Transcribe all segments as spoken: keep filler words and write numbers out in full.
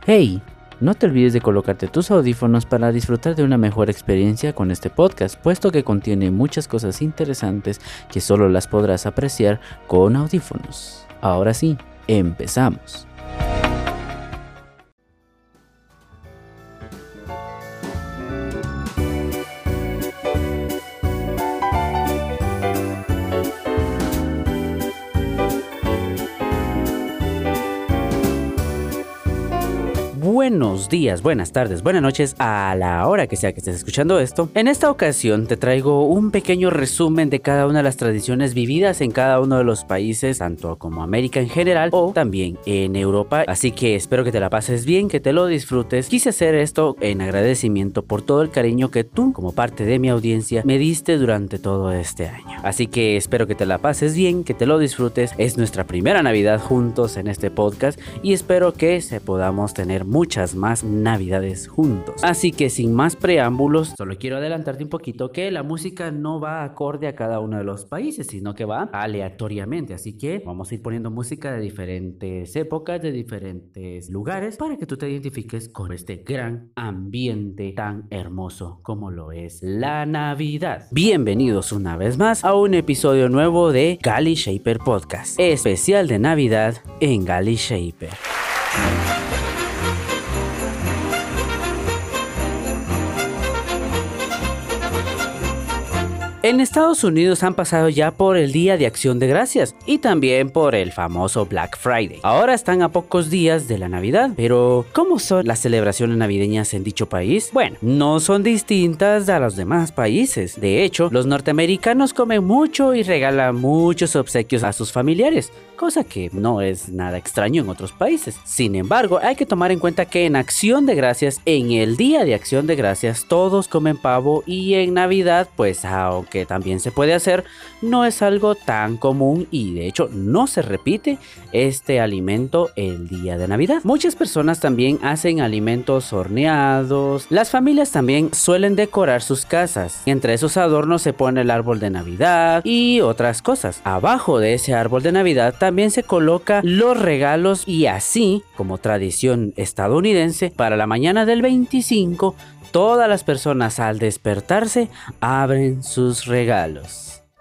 Hey, no te olvides de colocarte tus audífonos para disfrutar de una mejor experiencia con este podcast, puesto que contiene muchas cosas interesantes que solo las podrás apreciar con audífonos. Ahora sí, empezamos. Buenos días, buenas tardes, buenas noches a la hora que sea que estés escuchando esto. En esta ocasión te traigo un pequeño resumen de cada una de las tradiciones vividas en cada uno de los países, tanto como América en general o también en Europa. Así que espero que te la pases bien, que te lo disfrutes. Quise hacer esto en agradecimiento por todo el cariño que tú, como parte de mi audiencia, me diste durante todo este año. Así que espero que te la pases bien, que te lo disfrutes. Es nuestra primera Navidad juntos en este podcast y espero que se podamos tener muchas más navidades juntos. Así que sin más preámbulos, solo quiero adelantarte un poquito que la música no va acorde a cada uno de los países, sino que va aleatoriamente. Así que vamos a ir poniendo música de diferentes épocas, de diferentes lugares, para que tú te identifiques con este gran ambiente tan hermoso como lo es la Navidad. Bienvenidos una vez más a un episodio nuevo de Gali Shaper Podcast, especial de Navidad en Gali Shaper. En Estados Unidos han pasado ya por el Día de Acción de Gracias y también por el famoso Black Friday. Ahora están a pocos días de la Navidad, pero ¿cómo son las celebraciones navideñas en dicho país? Bueno, no son distintas a los demás países. De hecho, los norteamericanos comen mucho y regalan muchos obsequios a sus familiares, cosa que no es nada extraño en otros países. Sin embargo, hay que tomar en cuenta que en Acción de Gracias, en el Día de Acción de Gracias, todos comen pavo y en Navidad, pues aunque que también se puede hacer, no es algo tan común y de hecho no se repite este alimento el día de Navidad. Muchas personas también hacen alimentos horneados. Las familias también suelen decorar sus casas y entre esos adornos se pone el árbol de Navidad y otras cosas. Abajo de ese árbol de Navidad también se coloca los regalos y así, como tradición estadounidense, para la mañana del veinticinco todas las personas al despertarse abren sus regalos.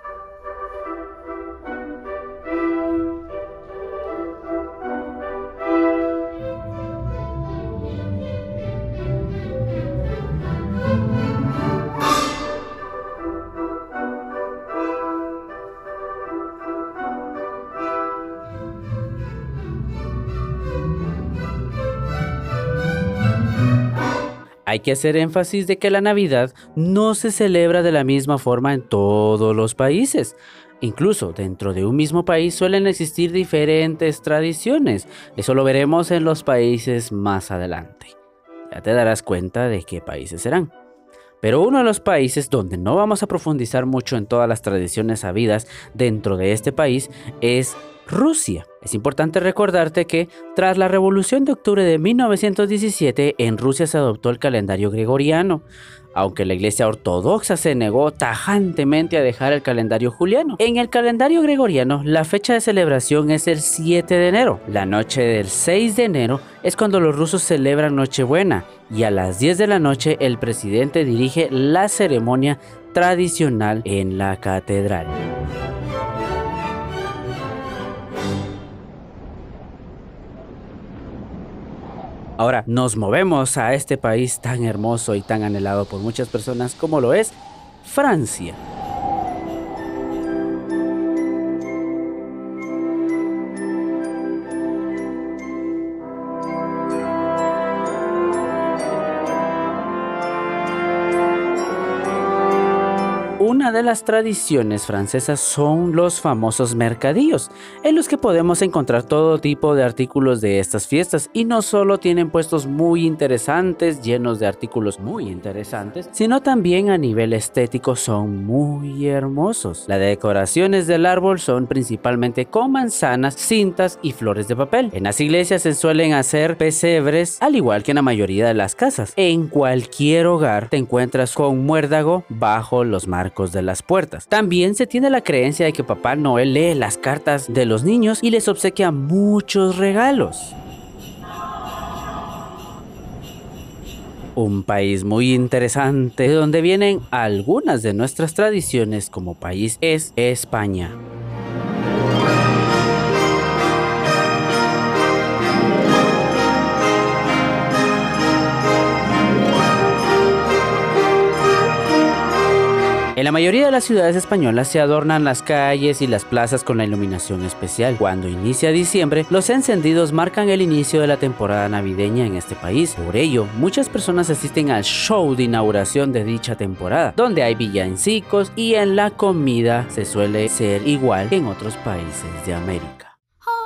Hay que hacer énfasis de que la Navidad no se celebra de la misma forma en todos los países. Incluso dentro de un mismo país suelen existir diferentes tradiciones. Eso lo veremos en los países más adelante. Ya te darás cuenta de qué países serán. Pero uno de los países donde no vamos a profundizar mucho en todas las tradiciones habidas dentro de este país es Rusia. Es importante recordarte que tras la Revolución de Octubre de mil novecientos diecisiete en Rusia se adoptó el calendario gregoriano, aunque la Iglesia Ortodoxa se negó tajantemente a dejar el calendario juliano. En el calendario gregoriano la fecha de celebración es el siete de enero. La noche del seis de enero es cuando los rusos celebran Nochebuena y a las diez de la noche el presidente dirige la ceremonia tradicional en la catedral. Ahora nos movemos a este país tan hermoso y tan anhelado por muchas personas como lo es Francia. Una de las tradiciones francesas son los famosos mercadillos, en los que podemos encontrar todo tipo de artículos de estas fiestas y no solo tienen puestos muy interesantes, llenos de artículos muy interesantes, sino también a nivel estético son muy hermosos. Las decoraciones del árbol son principalmente con manzanas, cintas y flores de papel. En las iglesias se suelen hacer pesebres, al igual que en la mayoría de las casas. En cualquier hogar te encuentras con un muérdago bajo los marcos de las puertas. También se tiene la creencia de que Papá Noel lee las cartas de los niños y les obsequia muchos regalos. Un país muy interesante, de donde vienen algunas de nuestras tradiciones como país, es España. En la mayoría de las ciudades españolas se adornan las calles y las plazas con la iluminación especial. Cuando inicia diciembre, los encendidos marcan el inicio de la temporada navideña en este país. Por ello, muchas personas asisten al show de inauguración de dicha temporada, donde hay villancicos y en la comida se suele ser igual que en otros países de América.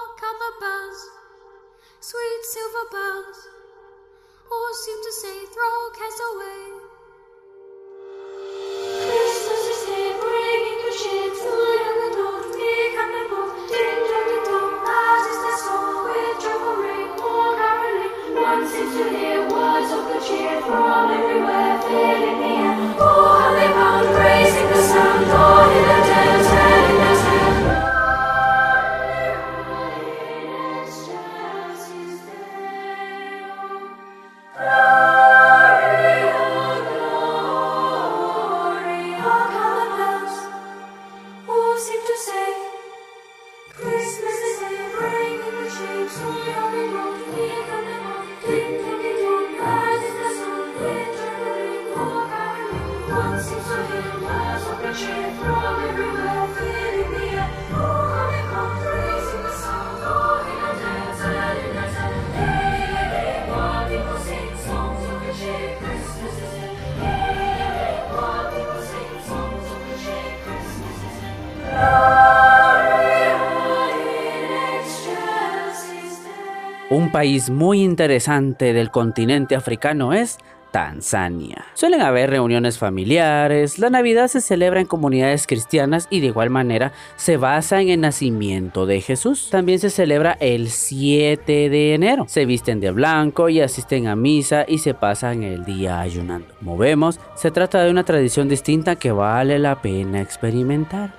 Un país muy interesante del continente africano es Tanzania. Suelen haber reuniones familiares, la Navidad se celebra en comunidades cristianas y de igual manera se basa en el nacimiento de Jesús. También se celebra el siete de enero. Se visten de blanco y asisten a misa y se pasan el día ayunando. Como vemos, se trata de una tradición distinta que vale la pena experimentar.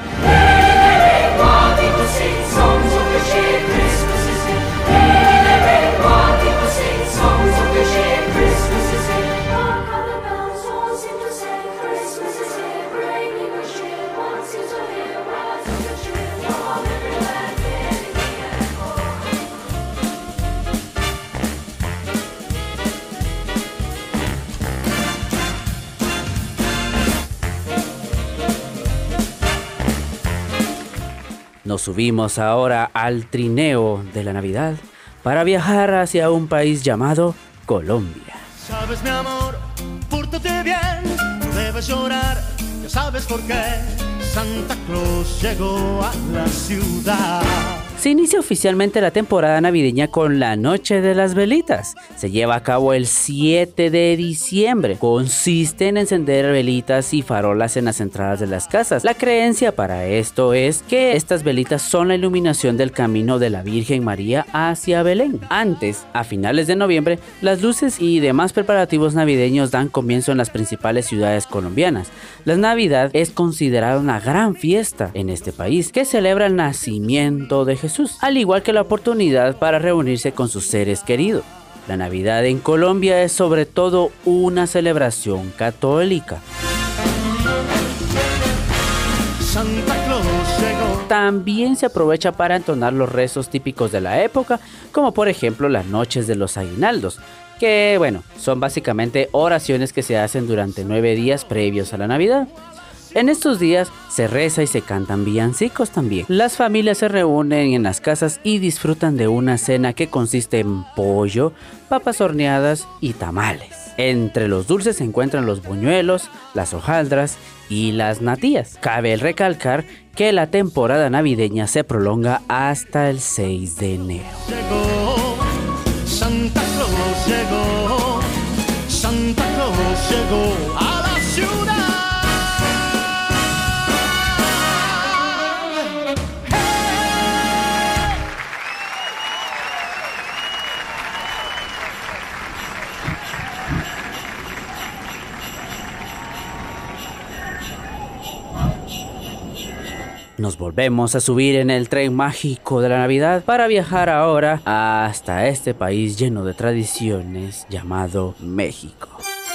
Nos subimos ahora al trineo de la Navidad para viajar hacia un país llamado Colombia. Sabes, mi amor, pórtate bien, no debes llorar, ya sabes por qué. Santa Claus llegó a la ciudad. Se inicia oficialmente la temporada navideña con la Noche de las Velitas. Se lleva a cabo el siete de diciembre. Consiste en encender velitas y farolas en las entradas de las casas. La creencia para esto es que estas velitas son la iluminación del camino de la Virgen María hacia Belén. Antes, a finales de noviembre, las luces y demás preparativos navideños dan comienzo en las principales ciudades colombianas. La Navidad es considerada una gran fiesta en este país que celebra el nacimiento de Jesús, al igual que la oportunidad para reunirse con sus seres queridos. La Navidad en Colombia es sobre todo una celebración católica. Santa Claus llegó. También se aprovecha para entonar los rezos típicos de la época, como por ejemplo las noches de los aguinaldos, que bueno, son básicamente oraciones que se hacen durante nueve días previos a la Navidad. En estos días se reza y se cantan villancicos también. Las familias se reúnen en las casas y disfrutan de una cena que consiste en pollo, papas horneadas y tamales. Entre los dulces se encuentran los buñuelos, las hojaldras y las natillas. Cabe recalcar que la temporada navideña se prolonga hasta el seis de enero. Llegó, Santa Claus llegó, Santa Claus llegó a la ciudad. Nos volvemos a subir en el tren mágico de la Navidad para viajar ahora hasta este país lleno de tradiciones llamado México.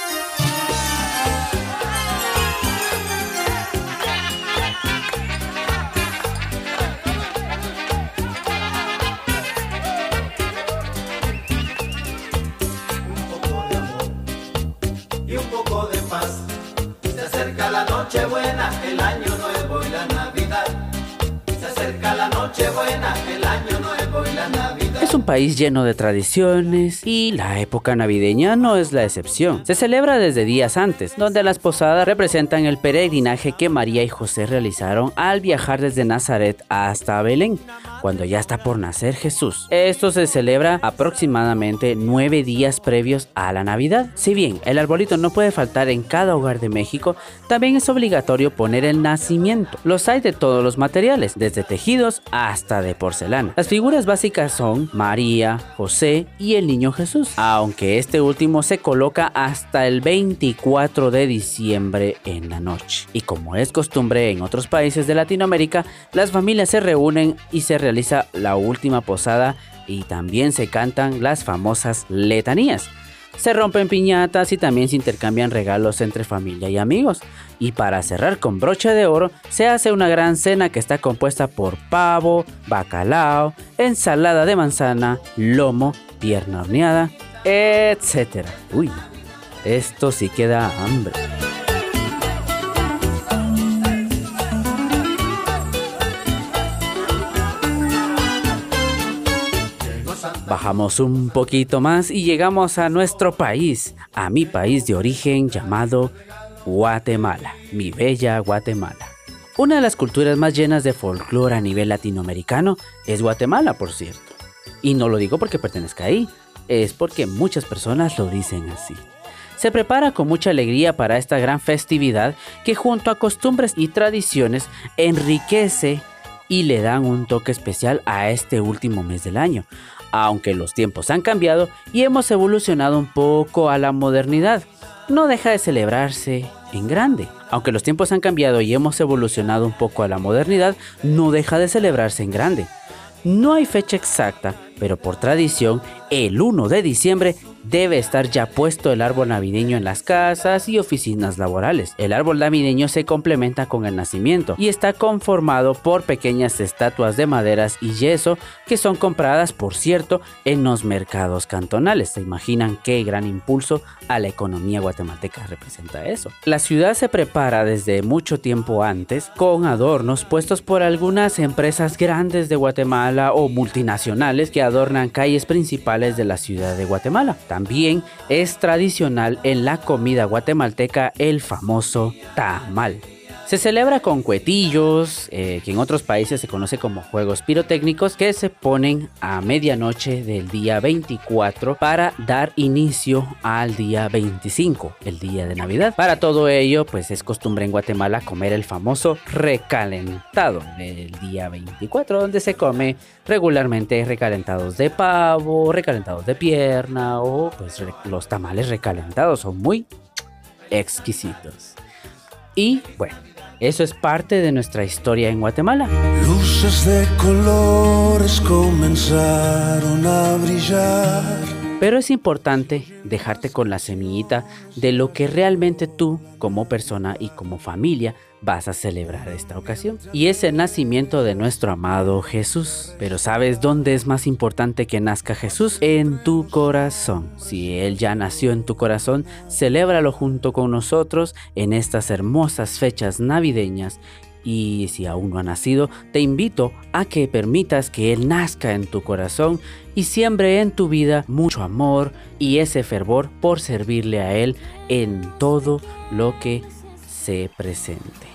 Y un poco de paz. Se acerca la noche buena, el año nuevo y la Navidad. Se acerca la noche buena, el año nuevo y la Navidad. Es un país lleno de tradiciones y la época navideña no es la excepción. Se celebra desde días antes, donde las posadas representan el peregrinaje que María y José realizaron al viajar desde Nazaret hasta Belén, cuando ya está por nacer Jesús. Esto se celebra aproximadamente nueve días previos a la Navidad. Si bien el arbolito no puede faltar en cada hogar de México, también es obligatorio poner el nacimiento. Los hay de todos los materiales, desde tejidos hasta de porcelana. Las figuras básicas son María, José y el niño Jesús, aunque este último se coloca hasta el veinticuatro de diciembre en la noche. Y como es costumbre en otros países de Latinoamérica, las familias se reúnen y se realiza la última posada y también se cantan las famosas letanías. Se rompen piñatas y también se intercambian regalos entre familia y amigos. Y para cerrar con broche de oro, se hace una gran cena que está compuesta por pavo, bacalao, ensalada de manzana, lomo, pierna horneada, etcétera. Uy, esto sí que da hambre. Bajamos un poquito más y llegamos a nuestro país, a mi país de origen llamado Guatemala, mi bella Guatemala. Una de las culturas más llenas de folclore a nivel latinoamericano es Guatemala, por cierto. Y no lo digo porque pertenezca ahí, es porque muchas personas lo dicen así. Se prepara con mucha alegría para esta gran festividad que junto a costumbres y tradiciones enriquece y le dan un toque especial a este último mes del año. Aunque los tiempos han cambiado y hemos evolucionado un poco a la modernidad, no deja de celebrarse en grande. Aunque los tiempos han cambiado y hemos evolucionado un poco a la modernidad, no deja de celebrarse en grande. No hay fecha exacta, pero por tradición, el primero de diciembre debe estar ya puesto el árbol navideño en las casas y oficinas laborales. El árbol navideño se complementa con el nacimiento y está conformado por pequeñas estatuas de maderas y yeso que son compradas, por cierto, en los mercados cantonales. ¿Se imaginan qué gran impulso a la economía guatemalteca representa eso? La ciudad se prepara desde mucho tiempo antes con adornos puestos por algunas empresas grandes de Guatemala o multinacionales que adornan calles principales de la ciudad de Guatemala. También es tradicional en la comida guatemalteca el famoso tamal. Se celebra con cuetillos, eh, que en otros países se conoce como juegos pirotécnicos, que se ponen a medianoche del día veinticuatro para dar inicio al día veinticinco, el día de Navidad. Para todo ello, pues es costumbre en Guatemala comer el famoso recalentado del día veinticuatro, donde se come regularmente recalentados de pavo, recalentados de pierna o pues los tamales recalentados son muy exquisitos. Y bueno, eso es parte de nuestra historia en Guatemala. Luces de colores comenzaron a brillar. Pero es importante dejarte con la semillita de lo que realmente tú, como persona y como familia, vas a celebrar esta ocasión. Y es el nacimiento de nuestro amado Jesús. Pero ¿sabes dónde es más importante que nazca Jesús? En tu corazón. Si Él ya nació en tu corazón, celébralo junto con nosotros en estas hermosas fechas navideñas. Y si aún no ha nacido, te invito a que permitas que Él nazca en tu corazón y siembre en tu vida mucho amor y ese fervor por servirle a Él en todo lo que se presente.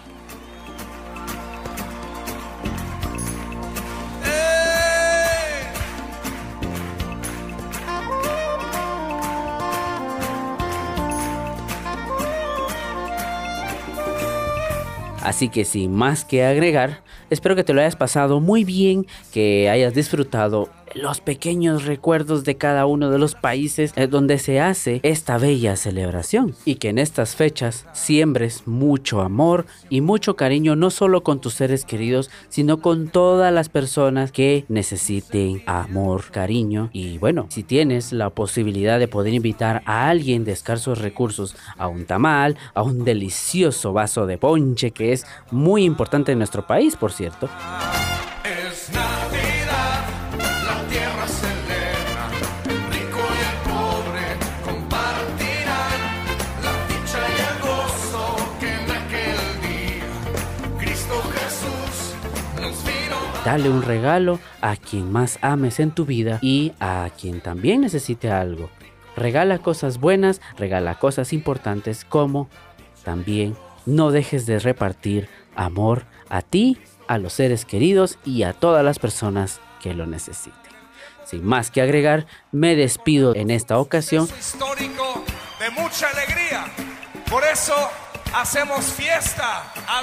Así que sin más que agregar, espero que te lo hayas pasado muy bien, que hayas disfrutado los pequeños recuerdos de cada uno de los países eh, donde se hace esta bella celebración, y que en estas fechas siembres mucho amor y mucho cariño, no solo con tus seres queridos, sino con todas las personas que necesiten amor, cariño. Y bueno, si tienes la posibilidad de poder invitar a alguien de escasos recursos a un tamal, a un delicioso vaso de ponche, que es muy importante en nuestro país, por cierto. Es Navidad, la tierra celebra, el rico y el pobre compartirán la dicha y el gozo que en aquel día Cristo Jesús nos vino a... Dale un regalo a quien más ames en tu vida y a quien también necesite algo. Regala cosas buenas, regala cosas importantes, como también no dejes de repartir amor a ti, a los seres queridos y a todas las personas que lo necesiten. Sin más que agregar, me despido en esta ocasión. Histórico de mucha alegría, por eso hacemos fiesta. A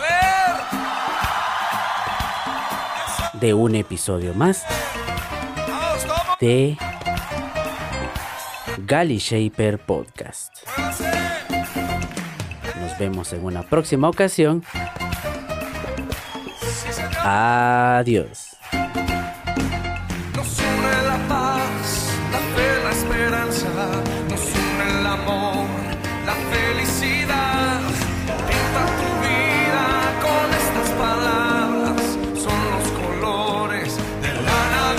ver. De un episodio más de Gali Shaper Podcast. Nos vemos en una próxima ocasión. Adiós. Nos une la paz, la fe, la esperanza, nos une el amor, la felicidad. Pinta tu vida con estas palabras, son los colores de la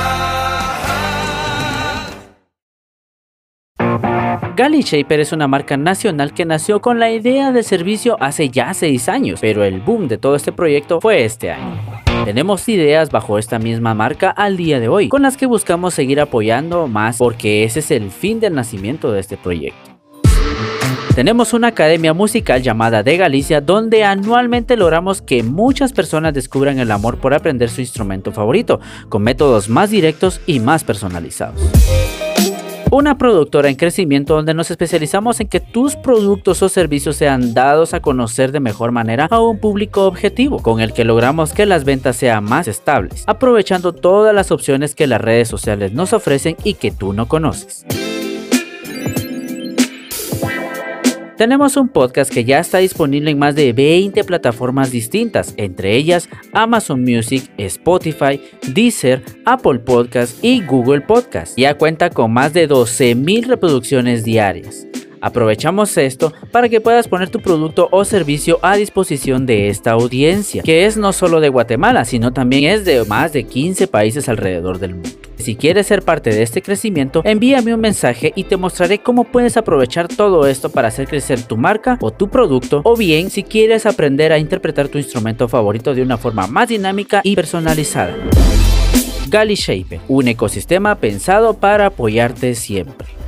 Navidad. Gali Shaper es una marca nacional que nació con la idea de servicio hace ya seis años, pero el boom de todo este proyecto fue este año. Tenemos ideas bajo esta misma marca al día de hoy, con las que buscamos seguir apoyando más, porque ese es el fin del nacimiento de este proyecto. Tenemos una academia musical llamada De Galicia, donde anualmente logramos que muchas personas descubran el amor por aprender su instrumento favorito, con métodos más directos y más personalizados. Una productora en crecimiento donde nos especializamos en que tus productos o servicios sean dados a conocer de mejor manera a un público objetivo, con el que logramos que las ventas sean más estables, aprovechando todas las opciones que las redes sociales nos ofrecen y que tú no conoces. Tenemos un podcast que ya está disponible en más de veinte plataformas distintas, entre ellas Amazon Music, Spotify, Deezer, Apple Podcast y Google Podcast. Ya cuenta con más de doce mil reproducciones diarias. Aprovechamos esto para que puedas poner tu producto o servicio a disposición de esta audiencia, que es no solo de Guatemala, sino también es de más de quince países alrededor del mundo. Si quieres ser parte de este crecimiento, envíame un mensaje y te mostraré cómo puedes aprovechar todo esto para hacer crecer tu marca o tu producto, o bien si quieres aprender a interpretar tu instrumento favorito de una forma más dinámica y personalizada. Gali Shaper, un ecosistema pensado para apoyarte siempre.